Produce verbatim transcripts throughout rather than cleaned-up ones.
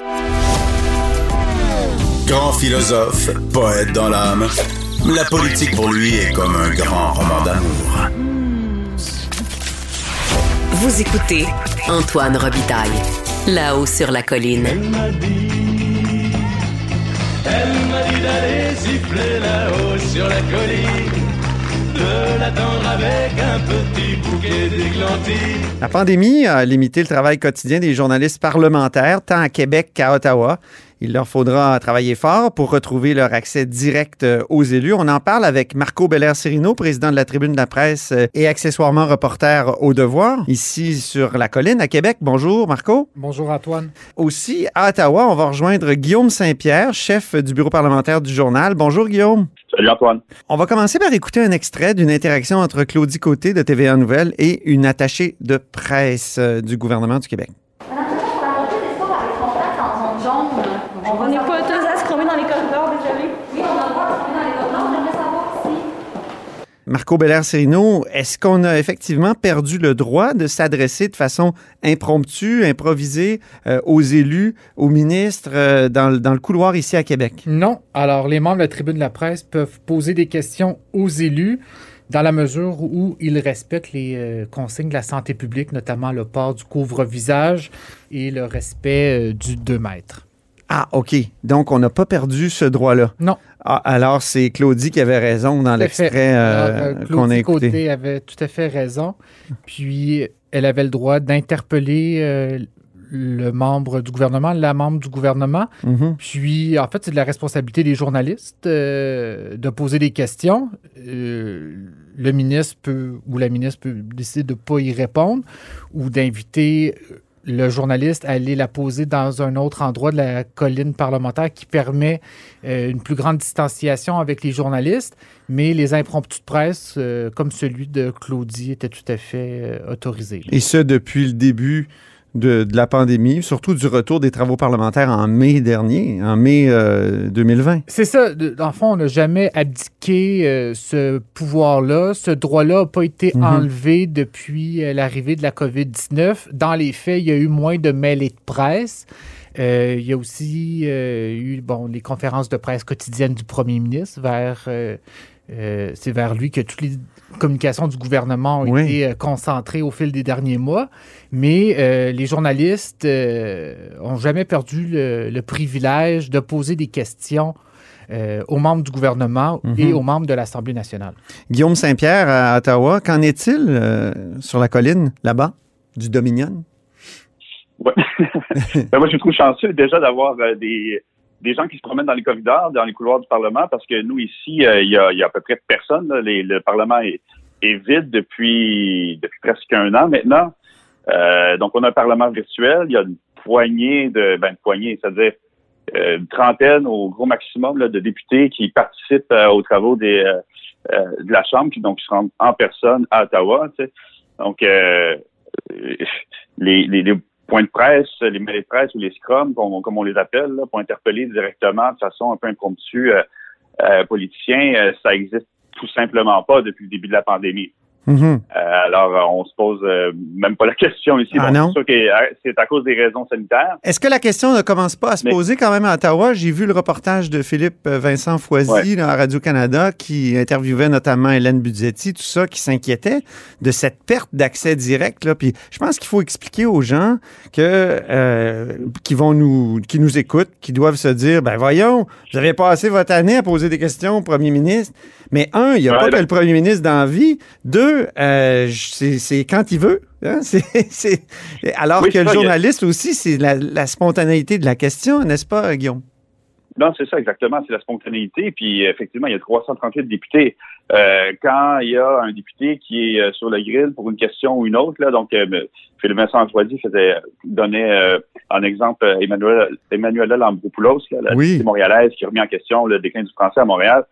Grand philosophe, poète dans l'âme, la politique pour lui est comme un grand roman d'amour. Vous écoutez Antoine Robitaille, là-haut sur la colline. Elle m'a dit, elle m'a dit d'aller siffler là-haut sur la colline, de l'attendre avec un petit bouquet d'églantines. La pandémie a limité le travail quotidien des journalistes parlementaires, tant à Québec qu'à Ottawa. Il leur faudra travailler fort pour retrouver leur accès direct aux élus. On en parle avec Marco Belair-Cirino, président de la Tribune de la presse et accessoirement reporter au Devoir, ici sur la colline à Québec. Bonjour Marco. Bonjour Antoine. Aussi à Ottawa, on va rejoindre Guillaume Saint-Pierre, chef du bureau parlementaire du Journal. Bonjour Guillaume. Salut Antoine. On va commencer par écouter un extrait d'une interaction entre Claudie Côté de T V A Nouvelles et une attachée de presse du gouvernement du Québec. On n'est pas autorisé à se promener dans les corridors, désolé. Oui, on a le droit de se promener dans les corridors. J'aimerais savoir si... Marco Belair-Cirino, est-ce qu'on a effectivement perdu le droit de s'adresser de façon impromptue, improvisée euh, aux élus, aux ministres euh, dans, le, dans le couloir ici à Québec? Non. Alors, les membres de la Tribune de la presse peuvent poser des questions aux élus dans la mesure où ils respectent les euh, consignes de la santé publique, notamment le port du couvre-visage et le respect euh, du deux mètres. Ah, OK. Donc, on n'a pas perdu ce droit-là. Non. Ah, alors, c'est Claudie qui avait raison dans l'extrait euh, alors, qu'on a écouté. Claudie avait tout à fait raison. Puis, elle avait le droit d'interpeller euh, le membre du gouvernement, la membre du gouvernement. Mm-hmm. Puis, en fait, c'est de la responsabilité des journalistes euh, de poser des questions. Euh, le ministre peut, ou la ministre peut décider de ne pas y répondre ou d'inviter le journaliste à aller la poser dans un autre endroit de la colline parlementaire qui permet euh, une plus grande distanciation avec les journalistes, mais les impromptus de presse, euh, comme celui de Claudie, étaient tout à fait euh, autorisés. Et ce, depuis le début de, de la pandémie, surtout du retour des travaux parlementaires en mai dernier, en mai euh, deux mille vingt. C'est ça. En fond, on n'a jamais abdiqué euh, ce pouvoir-là. Ce droit-là n'a pas été mm-hmm. enlevé depuis euh, l'arrivée de la covid dix-neuf. Dans les faits, il y a eu moins de mêlées de presse. Euh, il y a aussi euh, eu bon, les conférences de presse quotidiennes du premier ministre vers... Euh, Euh, c'est vers lui que toutes les communications du gouvernement ont oui. été euh, concentrées au fil des derniers mois. Mais euh, les journalistes n'ont euh, jamais perdu le, le privilège de poser des questions euh, aux membres du gouvernement mm-hmm. et aux membres de l'Assemblée nationale. Guillaume Saint-Pierre à Ottawa, qu'en est-il euh, sur la colline, là-bas, du Dominion? Oui. ben moi, je me trouve chanceux déjà d'avoir euh, des... des gens qui se promènent dans les corridors, dans les couloirs du Parlement, parce que nous, ici, il euh, y, a, y a à peu près personne. Là. Les, le Parlement est, est vide depuis, depuis presque un an maintenant. Euh, donc, on a un Parlement virtuel. Il y a une poignée de... Ben, une poignée, c'est-à-dire euh, une trentaine au gros maximum là, de députés qui participent euh, aux travaux des, euh, euh, de la Chambre, qui donc se rendent en personne à Ottawa. Tu sais. Donc, euh, les... les, les points de presse, les mêlées de presse ou les scrums, comme on, comme on les appelle, là, pour interpeller directement de façon un peu impromptue euh, euh, politiciens, euh, ça existe tout simplement pas depuis le début de la pandémie. Mm-hmm. Euh, alors, on se pose euh, même pas la question ici. Ah bon, non? C'est sûr que c'est à cause des raisons sanitaires. Est-ce que la question ne commence pas à se Mais... poser quand même à Ottawa? J'ai vu le reportage de Philippe Vincent Foisy ouais. là, à Radio-Canada qui interviewait notamment Hélène Budzetti, tout ça, qui s'inquiétait de cette perte d'accès direct. Là. Puis je pense qu'il faut expliquer aux gens que euh, qui vont nous qui nous écoutent, qui doivent se dire, ben voyons, vous avez passé votre année à poser des questions au premier ministre. Mais un, il n'y a ouais, pas là. que le premier ministre dans la vie. Deux, euh, c'est, c'est quand il veut. Hein? C'est, c'est... Alors oui, que le ça, journaliste a... aussi, c'est la, la spontanéité de la question, n'est-ce pas, Guillaume? Non, c'est ça, exactement. C'est la spontanéité. Puis, effectivement, il y a trois cent trente-huit députés. Euh, quand il y a un député qui est sur le grill pour une question ou une autre, là, donc, euh, Philippe Vincent Foisy faisait donner euh, en exemple Emmanuel, Emmanuela Lambropoulos, là, la oui. députée montréalaise qui a remis en question le déclin du français à Montréal.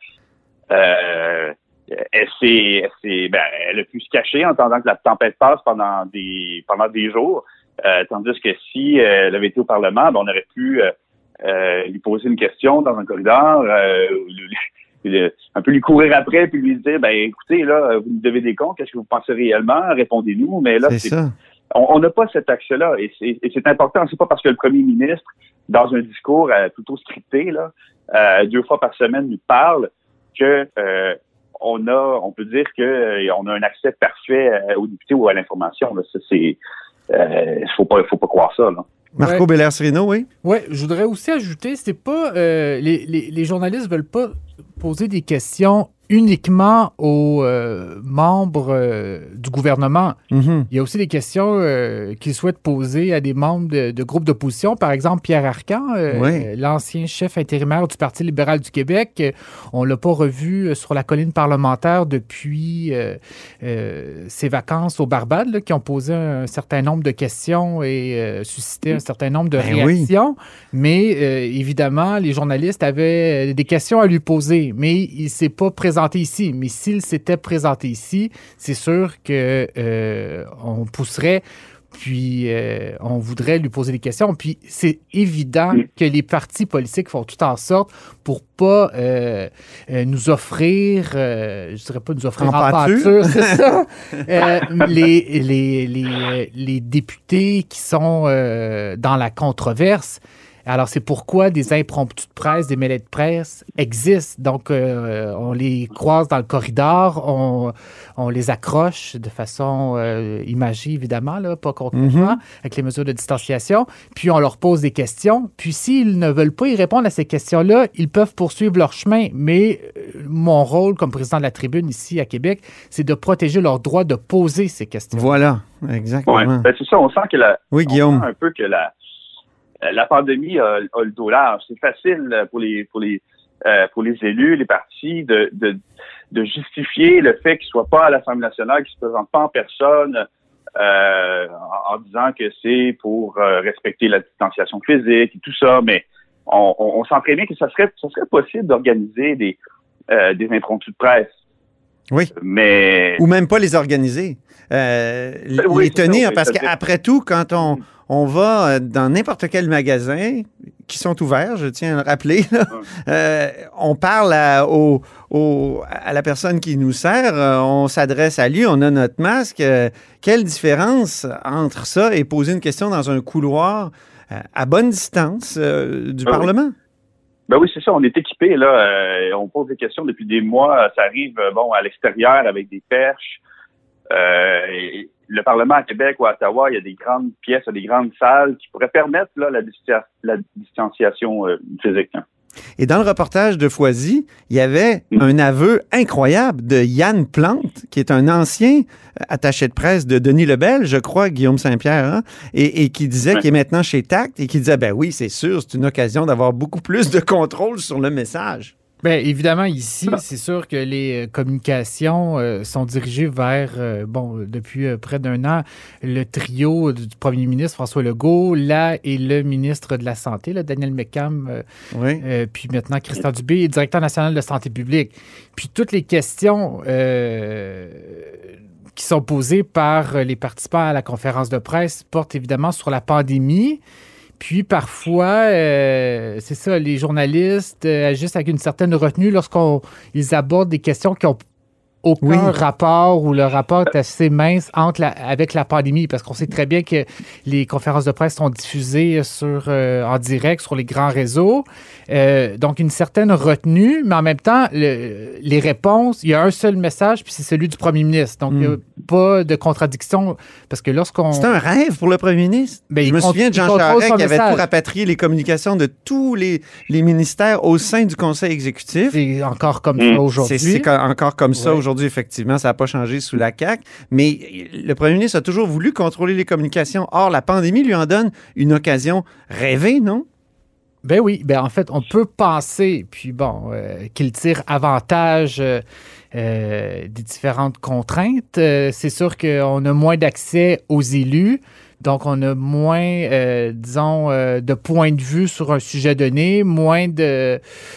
Euh, elle s'est, elle s'est, ben, elle a pu se cacher en attendant que la tempête passe pendant des, pendant des jours, euh, tandis que si euh, elle avait été au Parlement, ben, on aurait pu euh, euh, lui poser une question dans un corridor, euh, lui, lui, un peu lui courir après puis lui dire, ben, écoutez, là, vous nous devez des comptes, qu'est-ce que vous pensez réellement? Répondez-nous, mais là, c'est, c'est ça. On n'a pas cet accès-là et c'est, et c'est important. C'est pas parce que le premier ministre dans un discours euh, plutôt scripté, là, euh, deux fois par semaine, nous parle que euh, on a, on peut dire que euh, on a un accès parfait euh, aux députés ou à l'information. Là. Ça, c'est, euh, faut pas, faut pas croire ça. Là. Marco ouais. Bellers-Serino, oui. Oui, je voudrais aussi ajouter, c'est pas euh, les, les, les journalistes veulent pas poser des questions uniquement aux euh, membres euh, du gouvernement. Mm-hmm. Il y a aussi des questions euh, qu'ils souhaitent poser à des membres de, de groupes d'opposition. Par exemple, Pierre Arcan, euh, oui. l'ancien chef intérimaire du Parti libéral du Québec. On ne l'a pas revu sur la colline parlementaire depuis euh, euh, ses vacances aux Barbades, là, qui ont posé un, un certain nombre de questions et euh, suscité un certain nombre de ben réactions. Oui. Mais euh, évidemment, les journalistes avaient des questions à lui poser, mais il ne s'est pas présenté ici. Mais s'il s'était présenté ici, c'est sûr que euh, on pousserait, puis euh, on voudrait lui poser des questions. Puis c'est évident que les partis politiques font tout en sorte pour pas euh, euh, nous offrir, euh, je dirais pas nous offrir en, en pâture, c'est ça, euh, les, les, les, les députés qui sont euh, dans la controverse. Alors, c'est pourquoi des impromptus de presse, des mêlées de presse existent. Donc, euh, on les croise dans le corridor, on, on les accroche de façon euh, imagée, évidemment, là, pas concrètement, mm-hmm. avec les mesures de distanciation. Puis, on leur pose des questions. Puis, s'ils ne veulent pas y répondre à ces questions-là, ils peuvent poursuivre leur chemin. Mais euh, mon rôle comme président de la Tribune ici à Québec, c'est de protéger leur droit de poser ces questions. Voilà, exactement. Ouais, ben, c'est ça, on sent que la... Oui, Guillaume. On sent un peu que la... La pandémie a, a le dos large. C'est facile pour les pour les euh, pour les élus, les partis, de de, de justifier le fait qu'ils soient pas à l'Assemblée nationale, qu'ils se présentent pas en personne, euh, en, en disant que c'est pour euh, respecter la distanciation physique et tout ça. Mais on, on, on sent très bien que ça serait ça serait possible d'organiser des euh, des impromptus de presse. Oui. Mais ou même pas les organiser, euh, oui, les tenir, ça, parce qu'après tout, quand on On va dans n'importe quel magasin qui sont ouverts, je tiens à le rappeler, là, euh, on parle à, au, au, à la personne qui nous sert, on s'adresse à lui, on a notre masque. Quelle différence entre ça et poser une question dans un couloir à bonne distance euh, du ben Parlement? Oui. Ben oui, c'est ça, on est équipés, là. Euh, on pose des questions depuis des mois. Ça arrive, bon, à l'extérieur avec des perches. Euh, et, le Parlement à Québec ou à Ottawa, il y a des grandes pièces, des grandes salles qui pourraient permettre là, la, distia- la distanciation euh, physique. Hein. Et dans le reportage de Foisy, il y avait mmh. un aveu incroyable de Yann Plante, qui est un ancien attaché de presse de Denis Lebel, je crois, Guillaume Saint-Pierre, hein, et, et qui disait ouais. qu'il est maintenant chez Tact et qui disait, ben oui, c'est sûr, c'est une occasion d'avoir beaucoup plus de contrôle sur le message. Bien, évidemment, ici, c'est sûr que les communications euh, sont dirigées vers, euh, bon, depuis euh, près d'un an, le trio du premier ministre François Legault, là, et le ministre de la Santé, là, Daniel McCam, euh, oui. euh, puis maintenant Christian Dubé, directeur national de santé publique. Puis toutes les questions euh, qui sont posées par les participants à la conférence de presse portent évidemment sur la pandémie. Puis parfois, euh, c'est ça, les journalistes euh, agissent avec une certaine retenue lorsqu'ils abordent des questions qui n'ont aucun oui. rapport ou le rapport est assez mince entre la, avec la pandémie, parce qu'on sait très bien que les conférences de presse sont diffusées sur, euh, en direct sur les grands réseaux. Euh, donc, une certaine retenue, mais en même temps, le, les réponses, il y a un seul message, puis c'est celui du premier ministre. Donc, il mm. n'y a pas de contradiction, parce que lorsqu'on... C'est un rêve pour le premier ministre. Ben, Je me souviens de Jean Charest qui avait tout rapatrié les communications de tous les, les ministères au sein du Conseil exécutif. C'est encore comme mm. ça aujourd'hui. C'est, c'est encore comme ça ouais. aujourd'hui. Aujourd'hui, effectivement, ça n'a pas changé sous la C A Q, mais le premier ministre a toujours voulu contrôler les communications. Or, la pandémie lui en donne une occasion rêvée, non? Ben oui, ben en fait, on peut penser, puis bon, euh, qu'il tire avantage euh, euh, des différentes contraintes. Euh, c'est sûr qu'on a moins d'accès aux élus. Donc, on a moins, euh, disons, euh, de points de vue sur un sujet donné, moins de... Euh,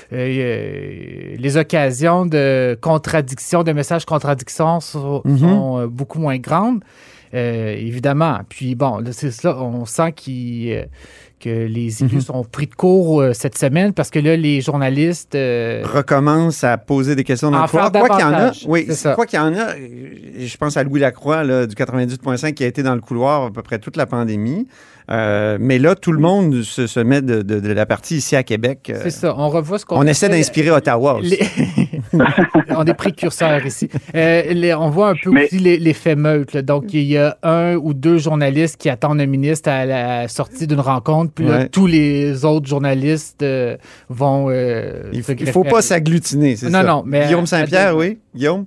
euh, les occasions de contradiction, de messages contradictions sont, mm-hmm. sont euh, beaucoup moins grandes, euh, évidemment. Puis, bon, là, c'est ça, on sent qu'il, euh, que les élus mm-hmm. sont pris de court euh, cette semaine parce que là, les journalistes... Euh, recommencent à poser des questions dans le couloir. Quoi qu'il y en a, oui, c'est ça. Quoi qu'il y en a, je pense à Louis Lacroix là, du quatre-vingt-dix point cinq qui a été dans le couloir à peu près toute la pandémie. Euh, mais là, tout le monde se, se met de, de, de la partie ici à Québec. C'est ça. On revoit ce qu'on... On essaie d'inspirer Ottawa aussi. Les... on est précurseurs ici. Euh, les, on voit un peu mais... aussi l'effet meute. Là. Donc, il y a un ou deux journalistes qui attendent un ministre à la sortie d'une rencontre, puis là, ouais. tous les autres journalistes euh, vont euh, Il ne faut pas s'agglutiner, c'est non, ça. Non, mais... Guillaume Saint-Pierre, à... oui? Guillaume?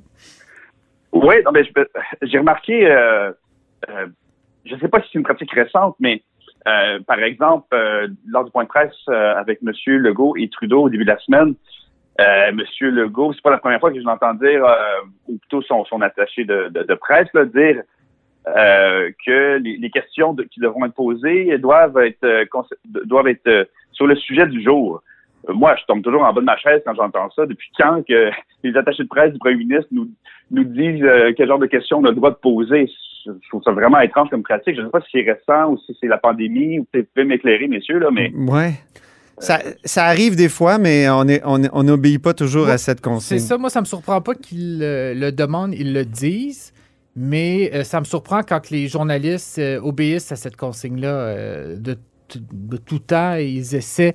Oui, non, mais j'ai remarqué... Euh, euh, je ne sais pas si c'est une pratique récente, mais euh, par exemple, euh, lors du point de presse euh, avec M. Legault et Trudeau au début de la semaine, euh, M. Legault, c'est pas la première fois que je l'entends dire, euh, ou plutôt son, son attaché de, de, de presse, là, dire euh, que les, les questions de, qui devront être posées doivent être euh, doivent être euh, sur le sujet du jour. Euh, moi, je tombe toujours en bas de ma chaise quand j'entends ça. Depuis quand que les attachés de presse du premier ministre nous, nous disent euh, quel genre de questions on a le droit de poser? Je trouve ça vraiment étrange comme pratique. Je ne sais pas si c'est récent ou si c'est la pandémie, ou peut-être vous pouvez m'éclairer, messieurs, là, mais... Ouais. Ça, ça arrive des fois, mais on est, on on n'obéit pas toujours moi, à cette consigne. C'est ça. Moi, ça me surprend pas qu'ils le, le demandent, ils le disent, mais euh, ça me surprend quand les journalistes euh, obéissent à cette consigne-là euh, de, de tout temps. Ils essaient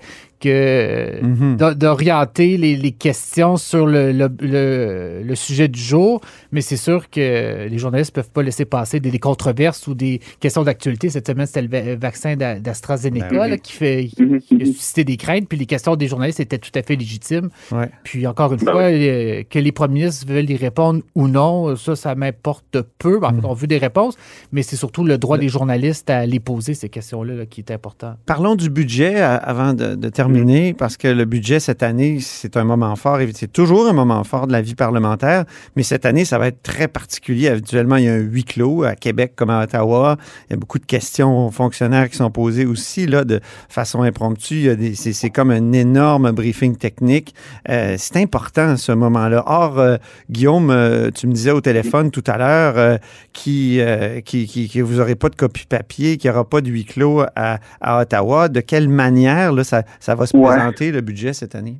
que, mm-hmm. d'orienter les, les questions sur le, le, le, le sujet du jour, mais c'est sûr que les journalistes ne peuvent pas laisser passer des, des controverses ou des questions d'actualité. Cette semaine, c'était le vaccin d'AstraZeneca ben oui. là, qui, fait, qui, qui a suscité des craintes, puis les questions des journalistes étaient tout à fait légitimes. Ouais. Puis encore une ben fois, oui. euh, que les premiers ministres veulent y répondre ou non, ça, ça m'importe peu. En fait, mm. on veut des réponses, mais c'est surtout le droit des journalistes à les poser, ces questions-là, là, qui est important. Parlons du budget avant de, de terminer. Parce que le budget cette année, c'est un moment fort. C'est toujours un moment fort de la vie parlementaire, mais cette année, ça va être très particulier. Habituellement, il y a un huis clos à Québec comme à Ottawa. Il y a beaucoup de questions aux fonctionnaires qui sont posées aussi là, de façon impromptue. Il y a des, c'est, c'est comme un énorme briefing technique. Euh, c'est important ce moment-là. Or, euh, Guillaume, euh, tu me disais au téléphone tout à l'heure euh, qui, euh, qui, qui, que vous n'aurez pas de copie papier, qu'il n'y aura pas de huis clos à, à Ottawa. De quelle manière là, ça, ça va se présenter, ouais. le budget cette année?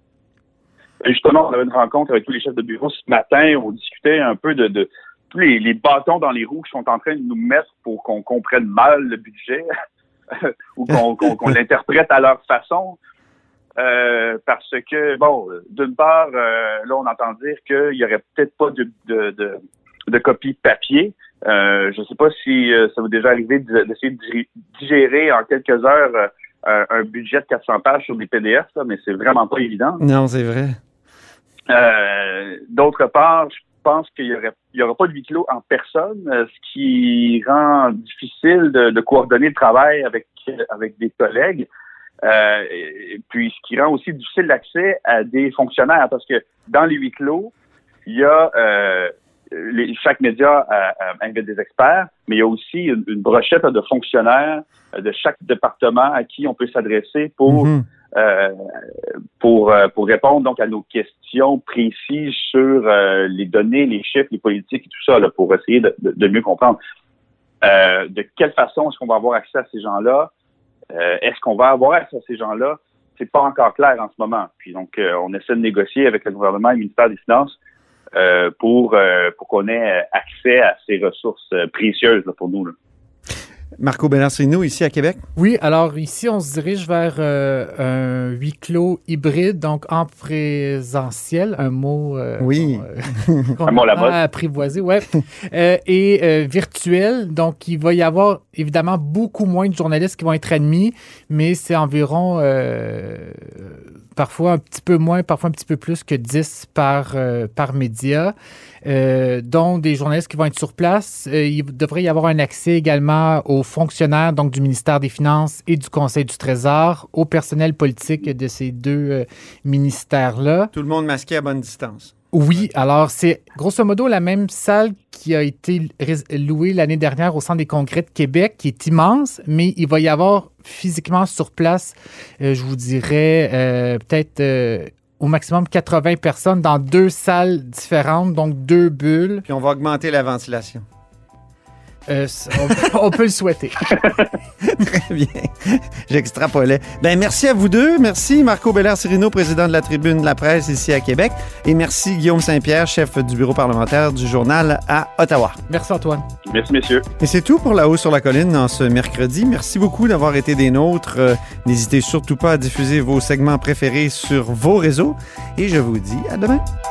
Justement, on avait une rencontre avec tous les chefs de bureau ce matin. On discutait un peu de, de tous les, les bâtons dans les roues qui sont en train de nous mettre pour qu'on comprenne mal le budget ou qu'on, qu'on, qu'on l'interprète à leur façon. Euh, parce que, bon, d'une part, euh, là, on entend dire qu'il n'y aurait peut-être pas de, de, de, de copie papier. Euh, je ne sais pas si euh, ça vous est déjà arrivé d'essayer de digérer en quelques heures euh, Euh, un budget de quatre cents pages sur des P D F, là, mais c'est vraiment pas évident. Non, c'est vrai. Euh, d'autre part, je pense qu'il y aurait, il y aura pas de huis clos en personne, euh, ce qui rend difficile de, de coordonner le travail avec avec des collègues. Euh, et puis, ce qui rend aussi difficile l'accès à des fonctionnaires, parce que dans les huis clos, il y a euh, Les, chaque média a, a invite des experts, mais il y a aussi une, une brochette de fonctionnaires de chaque département à qui on peut s'adresser pour mm-hmm. euh, pour euh, pour répondre donc à nos questions précises sur euh, les données, les chiffres, les politiques et tout ça, là, pour essayer de, de, de mieux comprendre. Euh, de quelle façon est-ce qu'on va avoir accès à ces gens-là? Euh, est-ce qu'on va avoir accès à ces gens-là? C'est pas encore clair en ce moment. Puis donc, euh, on essaie de négocier avec le gouvernement et le ministère des Finances Euh, pour, euh, pour qu'on ait accès à ces ressources euh, précieuses là, pour nous. Là. Marco Bellanstrino, ici à Québec? Oui, alors ici, on se dirige vers euh, un huis clos hybride, donc en présentiel, un mot euh, oui. euh, qu'on un mot la mode. a apprivoisé, ouais, euh, et euh, virtuel. Donc, il va y avoir évidemment beaucoup moins de journalistes qui vont être admis, mais c'est environ euh, parfois un petit peu moins, parfois un petit peu plus que dix par, euh, par média, euh, dont des journalistes qui vont être sur place. Euh, il devrait y avoir un accès également aux fonctionnaires donc du ministère des Finances et du Conseil du Trésor, au personnel politique de ces deux euh, ministères-là. Tout le monde masqué à bonne distance. Oui, alors c'est grosso modo la même salle qui a été louée l'année dernière au Centre des congrès de Québec, qui est immense, mais il va y avoir physiquement sur place, euh, je vous dirais, euh, peut-être euh, au maximum quatre-vingts personnes dans deux salles différentes, donc deux bulles. Puis on va augmenter la ventilation. Euh, on, on peut le souhaiter. Très bien. J'extrapolais. Ben, merci à vous deux. Merci Marco Bélair-Cirino, président de la Tribune de la presse ici à Québec. Et merci Guillaume Saint-Pierre, chef du bureau parlementaire du Journal à Ottawa. Merci Antoine. Merci messieurs. Et c'est tout pour La Haut sur la colline en ce mercredi. Merci beaucoup d'avoir été des nôtres. Euh, n'hésitez surtout pas à diffuser vos segments préférés sur vos réseaux. Et je vous dis à demain.